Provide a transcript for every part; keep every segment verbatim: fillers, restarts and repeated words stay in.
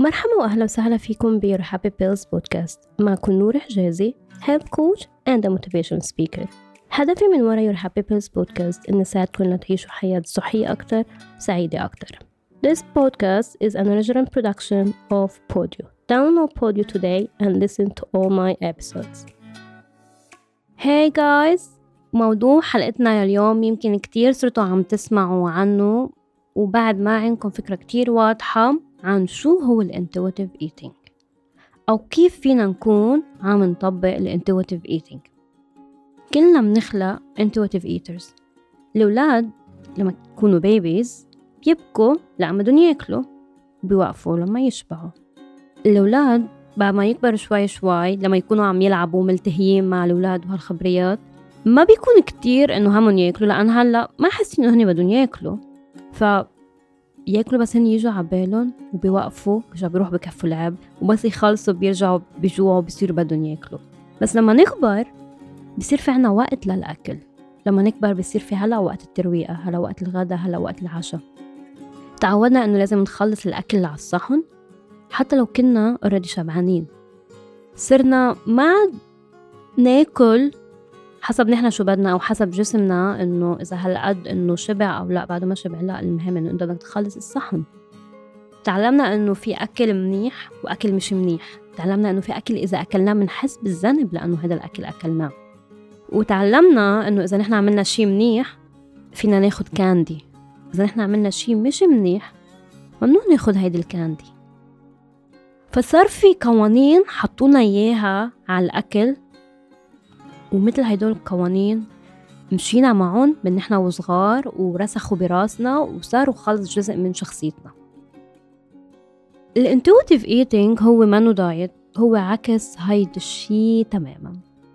مرحبا وأهلا وسهلا فيكم ب Your Happy Pills Podcast. معكم نور حجازي Health Coach and a Motivation Speaker. هدفي من وراء Your Happي Pills Podcast إن نساعدكم لتعيشوا حياة صحية أكتر وسعيدة أكتر. This podcast is an original production of Podio. Download Podio today and listen to all my episodes. Hey guys! موضوع حلقتنا اليوم يمكن كتير صرتوا عم تسمعوا عنه وبعد ما عندكم فكرة كتير واضحة عن شو هو ال Intuitive Eating أو كيف فينا نكون عم نطبق ال Intuitive Eating. كلنا منخلق Intuitive Eaters. الأولاد لما يكونوا babies بيبكوا لما بدهم يأكلوا وبيوقفوا لما يشبعوا. الأولاد بعد ما يكبروا شوي شوي لما يكونوا عم يلعبوا ملتهيين مع الأولاد وهالخبريات ما بيكون كتير إنه همهم يأكلوا لأن هلأ ما حاسين إنه هني بدهم يأكلوا ف ياكلوا بس هن يجوا عبالهم وبيوقفوا بيرجعوا بيروحوا بكفوا لعب وبس يخلصوا بيرجعوا بيجوعوا بيصيروا بدهم ياكلوا. بس لما نكبر بيصير في عنا وقت للأكل. لما نكبر بيصير في هلا وقت الترويقة، هلا وقت الغداء، هلا وقت العشاء. تعودنا إنه لازم نخلص الأكل على الصحن حتى لو كنا already شبعانين. صرنا ما ناكل حسب نحن شو بدنا أو حسب جسمنا إنه إذا هالقد إنه شبع أو لا بعده ما شبع. لا، المهم إنه أنت بدك تخلص الصحن. تعلمنا إنه في أكل منيح وأكل مش منيح. تعلمنا إنه في أكل إذا أكلناه منحس بالذنب لأنه هذا الأكل أكلناه. وتعلمنا إنه إذا نحن عملنا شيء منيح فينا ناخد كاندي. إذا نحن عملنا شيء مش منيح ممنوع ناخد هيدي الكاندي. فصار في قوانين حطونا إياها على الأكل ومثل هيدول القوانين مشينا معهم من نحن وصغار ورسخوا براسنا وصاروا خلص جزء من شخصيتنا. الانتويتيف ايتينج هو منو دايت، هو عكس هيدا الشي تماما.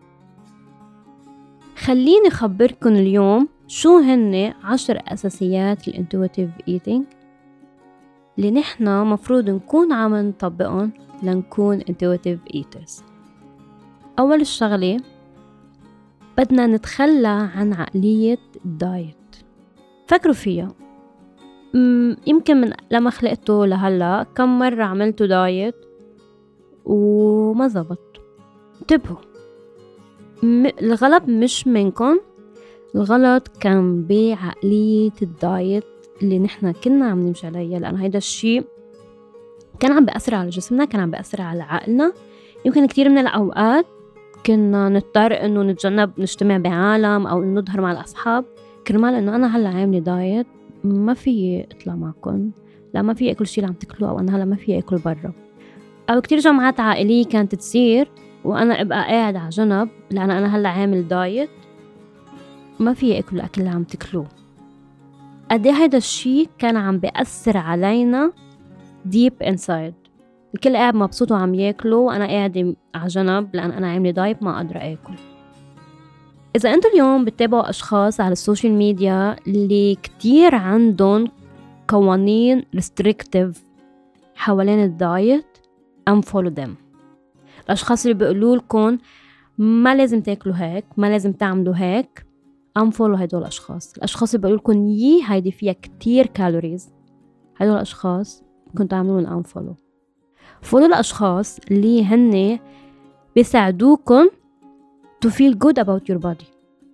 خليني خبركن اليوم شو هن عشر أساسيات الانتويتيف ايتينج اللي نحن مفروض نكون عم نطبقهم لنكون انتويتيف ايترز. أول الشغلة بدنا نتخلى عن عقلية الدايت. فكروا فيها. يمكن من لما خلقته لهلا كم مرة عملتوا دايت وما زبط. انتبهوا، م- الغلط مش منكم، الغلط كان بعقلية الدايت اللي نحنا كنا عم نمشي عليها. لأن هيدا الشيء كان عم بأثر على جسمنا، كان عم بأثر على عقلنا. يمكن كتير من الأوقات كنا نضطر إنه نتجنب نجتمع بعالم أو إنه نظهر مع الأصحاب كرمال إنه أنا هلا عاملة دايت ما في أطلع معكم، لا ما في أكل شيء اللي عم تاكلوه، أو أنا هلا ما في أكل برا. أو كتير جمعات عائلية كانت تصير وأنا أبقى قاعد على جنب لأن أنا هلا عامل دايت ما في أكل الأكل اللي عم تاكلوه. قد إيه هيدا الشيء كان عم بيأثر علينا deep inside. الكل قاعد مبسوط وعم ياكلوا وأنا قاعدة على جنب لأن أنا عاملة دايت ما قادرة آكل. إذا أنتوا اليوم بتتابعوا أشخاص على السوشيال ميديا اللي كتير عندهم قوانين restrictive حوالين الدايت unfollow them. الأشخاص اللي بيقولوا لكم ما لازم تاكلوا هيك، ما لازم تعملوا هيك، unfollow هيدول الأشخاص. الأشخاص اللي بيقولوا لكم يي هيدي فيها كتير كالوريز، هيدول الأشخاص كنتوا تعملون unfollow. فولو الأشخاص اللي هن بيساعدوكم to feel good about your body.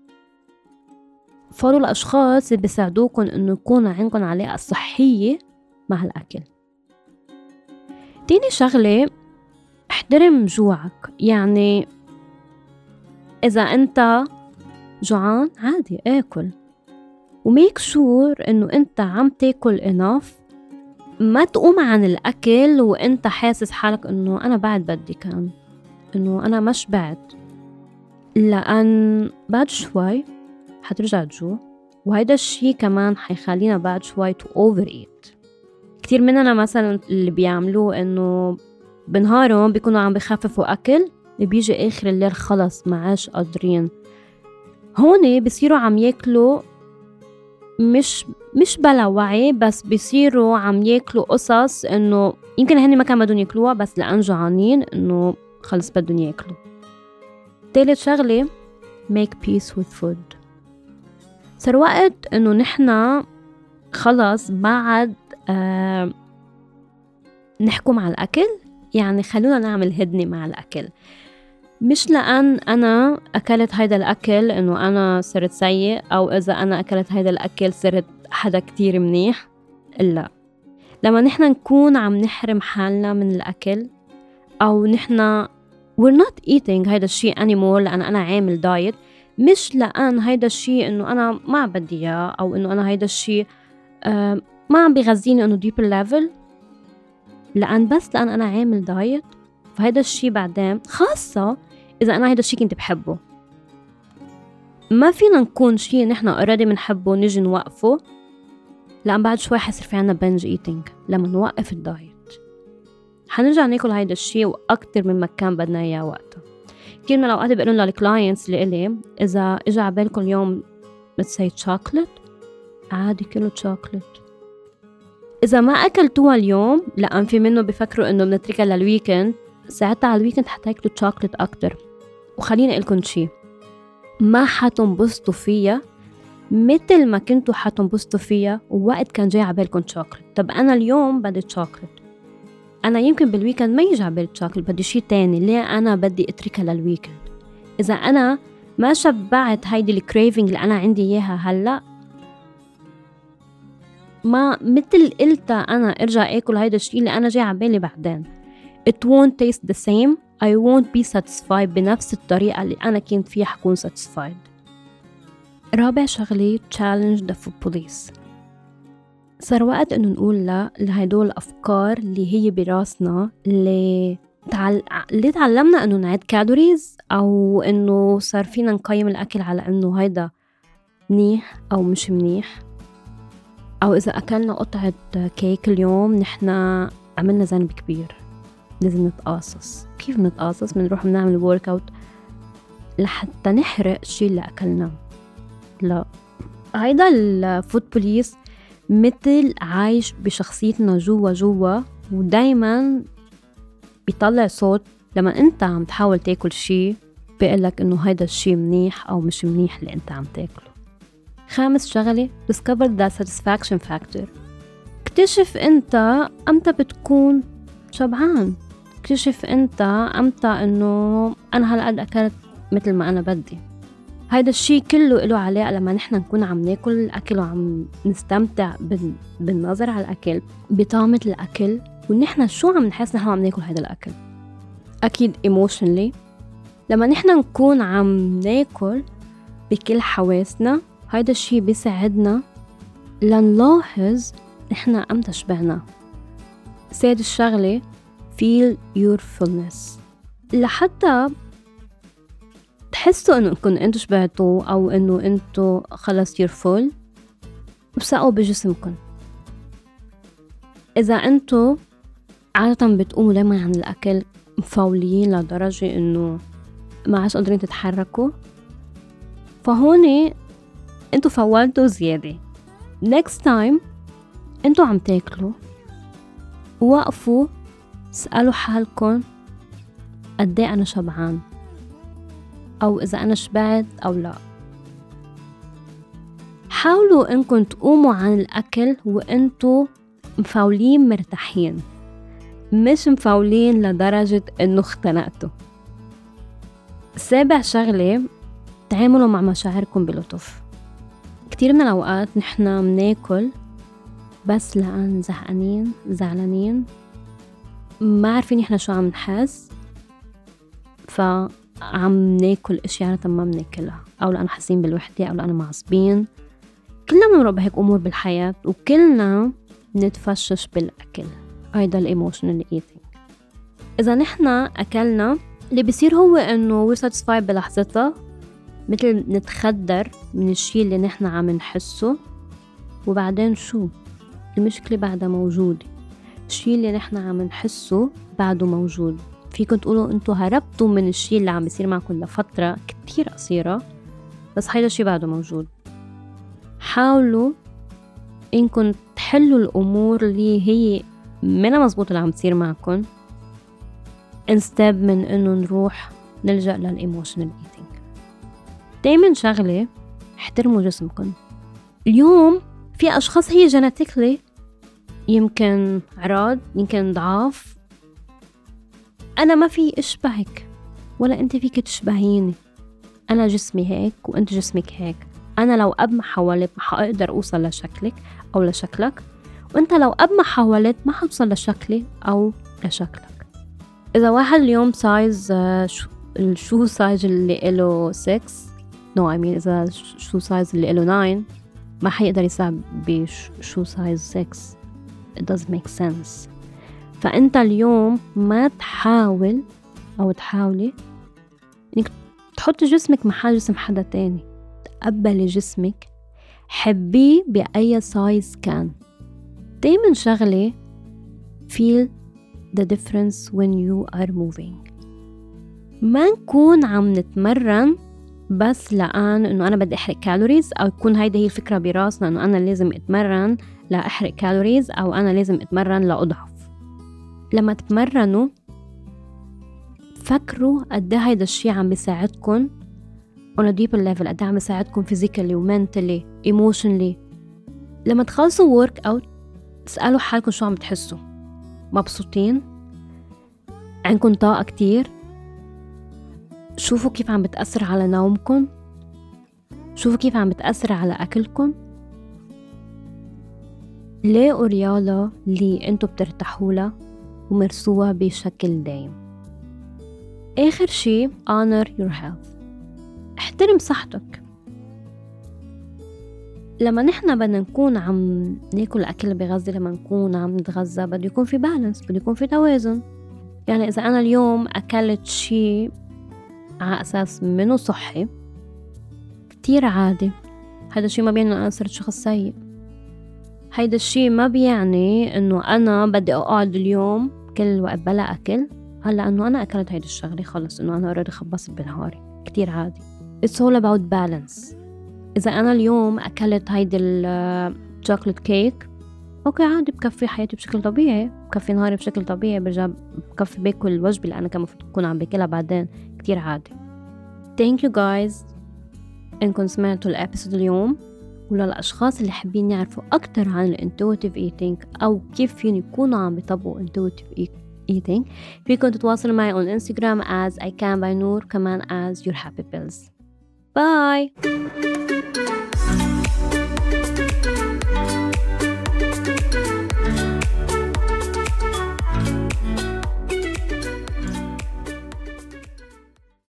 فولو الأشخاص اللي بيساعدوكم إنه يكون عندكم علاقة صحية مع الأكل. تاني شغلة، احترم جوعك. يعني إذا أنت جوعان عادي آكل، وميك شور إنه أنت عم تاكل enough. ما تقوم عن الأكل وإنت حاسس حالك إنه أنا بعد بدي كان إنه أنا مش بعد، لأن بعد شوي حترجع تجوع. وهيدا الشي كمان حيخلينا بعد شوي to overeat. كتير مننا مثلا اللي بيعملوه إنه بنهارهم بيكونوا عم بيخففوا أكل، بيجي آخر الليل خلص معاش قادرين. هون بيصيروا عم ياكلوا مش مش بلا وعي، بس بيصيروا عم ياكلوا قصص انه يمكن هني ما كان بدهم ياكلوها بس لأن جوعانين انه خلص بدهم ياكلوا. ثالث شغلة make peace with food. صار وقت انه نحنا خلص بعد آه نحكم على الأكل، يعني خلونا نعمل هدنة مع الأكل. مش لأن أنا أكلت هيدا الأكل إنه أنا صرت سيء، أو إذا أنا أكلت هيدا الأكل صرت حدا كتير منيح. لا، لما نحنا نكون عم نحرم حالنا من الأكل، أو نحنا we're not eating هيدا الشيء anymore لأن أنا عامل دايت، مش لأن هيدا الشيء إنه أنا ما بدي إياه، أو إنه أنا هيدا الشيء آه ما عم بيغذيني إنه deeper level، لأن بس لأن أنا عامل دايت. فهيدا الشيء بعدين، خاصة إذا أنا هيدا الشيء كنت بحبه، ما فينا نكون شيء نحنا already منحبه نجي نوقفه، لأن بعد شوي حيصير في عنا binge eating. لما نوقف الدايت حنرجع ناكل هيدا الشيء وأكتر من مكان بدنا إياه وقتها. كثير من الأوقات بيقولون للكلاينتس اللي إلي، إذا إجا عبالكم اليوم بتسي شوكولات، عادي كله شوكولات. إذا ما أكلتوها اليوم لأن في منه بفكروا إنه بنتركها للويكند، ساعتها على الويكند حتاكلوا شوكولات أكتر. وخليني أقولكم شيء، ما حتنبسطوا فيها مثل ما كنتوا حتنبسطوا فيها ووقت كان جاي عبالكم شوكولات. طب أنا اليوم بدي شوكولات، أنا يمكن بالويكند ما يجي عبالي شوكولات، بدي شيء تاني. ليه أنا بدي أتركها للويكند؟ إذا أنا ما شبعت هيدي الكريفينج اللي أنا عندي إياها هلأ، ما مثل قلت أنا أرجع أكل هيدا الشيء اللي أنا جاي عبالي بعدين. It won't taste the same. I won't be satisfied بنفس الطريقة اللي أنا كنت فيها حكون satisfied. رابع شغلة challenge the food police. صار وقت إنه نقول لا لهدول الأفكار اللي هي براسنا، اللي تعل... اللي تعلمنا إنه نعد كالوريز، أو إنه صار فينا نقيم الأكل على إنه هيدا منيح أو مش منيح، أو إذا أكلنا قطعة كيك اليوم نحنا عملنا ذنب كبير لازم نتقاصص. كيف نتقاصص؟ بنروح بنعمل ورك اوت لحتى نحرق الشيء اللي أكلناه. لا، هيدا الفود بوليس مثل عايش بشخصيتنا جوا جوا، ودايما بيطلع صوت لما انت عم تحاول تاكل شيء بيقلك انه هيدا الشيء منيح او مش منيح اللي انت عم تاكله. خامس شغلة discover the satisfaction factor. اكتشف انت امتى بتكون شبعان، اكتشف انت امتى انه انا هلقد اكلت مثل ما انا بدي. هيدا الشيء كله له علاقة لما نحن نكون عم ناكل الأكل وعم نستمتع بالنظر على الأكل، بطعمة الأكل، ونحن شو عم نحس نحن عم ناكل هيدا الأكل. أكيد emotionally لما نحن نكون عم ناكل بكل حواسنا، هيدا الشيء بيساعدنا لنلاحظ نحن أمتى شبعنا. سادس الشغلة feel your fullness. لحتى تحسوا انه انكم انتوا شبعتوا او انه انتوا خلص you're full، بثقوا بجسمكم. اذا انتوا عادة بتقوموا دايما عن الاكل مفاولين لدرجة انه ما عادش قادرين تتحركوا، فهون انتوا فولتوا زيادة. next time انتوا عم تاكلوا وقفوا اسألوا حالكم قد ايه انا شبعان، أو إذا أنا شبعت أو لا. حاولوا إنكم تقوموا عن الأكل وإنتوا مفاولين مرتاحين، مش مفاولين لدرجة إنه اختنقتوا. سابع شغلة تعاملوا مع مشاعركم بلطف. كتير من الأوقات نحنا مناكل بس لأن زهقانين زعلانين، ما عارفين إحنا شو عم نحس، ف عم ناكل اشياء ما بناكلها، او لأنا حاسين بالوحدة، او لأنا معصبين. كلنا بنمر بهيك امور بالحياة، وكلنا نتفشش بالاكل. هيدا الايموشنال ايتينج. اذا نحنا اكلنا اللي بيصير هو انه وي ساتيسفايد بلحظتها، مثل نتخدر من الشيء اللي نحنا عم نحسه، وبعدين شو المشكلة بعدها موجودة. الشيء اللي نحنا عم نحسه بعده موجود. فيكم تقولوا انتوا هربتوا من الشيء اللي عم بيصير معكم لفترة كتير قصيرة، بس هيدا الشيء بعده موجود. حاولوا انكم تحلوا الامور اللي هي منا مزبوطة اللي عم تصير معكم، instead من انه نروح نلجأ للإيموشنال ايتينج. دايما شغلة، احترموا جسمكم. اليوم في اشخاص هي جينيتيكلي يمكن عراض، يمكن ضعاف. أنا ما في أشبهك ولا أنت فيك تشبهيني. أنا جسمي هيك وأنت جسمك هيك. أنا لو قد ما حاولت ما حقدر أوصل لشكلك أو لشكلك، وأنت لو قد ما حاولت ما حوصل لشكلي أو لشكلك. إذا واحد اليوم سايز الشو سايز اللي إله ستة نو I mean إذا شو سايز اللي إله تسعة ما حيقدر يساعد بشو سايز ستة. it doesn't make sense. فأنت اليوم ما تحاول أو تحاولي إنك تحط جسمك محل جسم حدا تاني. تقبلي جسمك، حبيه بأي سايز كان. دايما شغلة feel the difference when you are moving. ما نكون عم نتمرن بس لأن إنه أنا بدي أحرق كالوريز، أو يكون هيدا هي الفكرة براسنا إنه أنا لازم أتمرن لأحرق كالوريز أو أنا لازم أتمرن لأضعف. لما تتمرنوا فكروا قد ايه هيدا الشيء عم بيساعدكم on a deeper level، قد ايه عم بيساعدكم physically و mentally emotionally. لما تخلصوا work out تسألوا حالكم شو عم بتحسوا. مبسوطين؟ عندكم طاقة كتير؟ شوفوا كيف عم بتأثر على نومكم، شوفوا كيف عم بتأثر على أكلكم. لاقوا رياضة اللي انتو بترتاحوا لها ومرسوها بشكل دايم. آخر شي honor your health. احترم صحتك. لما نحنا بدنا نكون عم ناكل أكل بغذي، لما نكون عم نتغذى بده يكون في بالانس، بده يكون في توازن. يعني إذا أنا اليوم أكلت شي على أساس منه صحي كتير عادي، هذا الشي ما بيعني أنه أنا صرت شخص سيء. هيدا الشي ما بيعني إنه أنا بدي أقعد اليوم كل وقت بلا أكل هلا إنه أنا أكلت هيدا الشغلة خلص إنه أنا أريد خبصت بنهاري. كتير عادي. It's all about balance. إذا أنا اليوم أكلت هيدا الشوكولات كيك أوكي عادي، بكفي حياتي بشكل طبيعي، بكفي نهاري بشكل طبيعي، برجع بكفي باكل الوجبة اللي أنا كان مفروض أكون عم باكلها بعدين. كتير عادي. Thank you guys إنكم سمعتوا الأبيسود اليوم. وللأشخاص اللي حابين يعرفوا أكتر عن الانتويتيف eating أو كيف فين يكونوا عم بيطبقوا intuitive eating، فيكم تتواصلوا معي on Instagram as I can by Noor، كمان as your happy pills. Bye.